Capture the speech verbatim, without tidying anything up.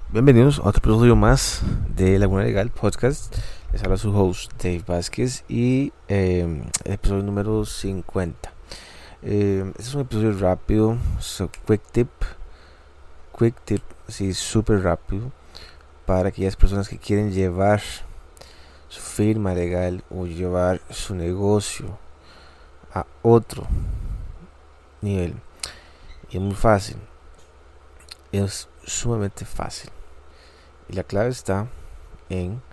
Bienvenidos a otro episodio más de Laguna Legal Podcast. Les habla su host Dave Vázquez y eh, el episodio número cincuenta. Eh, este es un episodio rápido, so quick tip, quick tip, sí, súper rápido para aquellas personas que quieren llevar su firma legal o llevar su negocio a otro nivel. Y es muy fácil, es sumamente fácil. Y la clave está en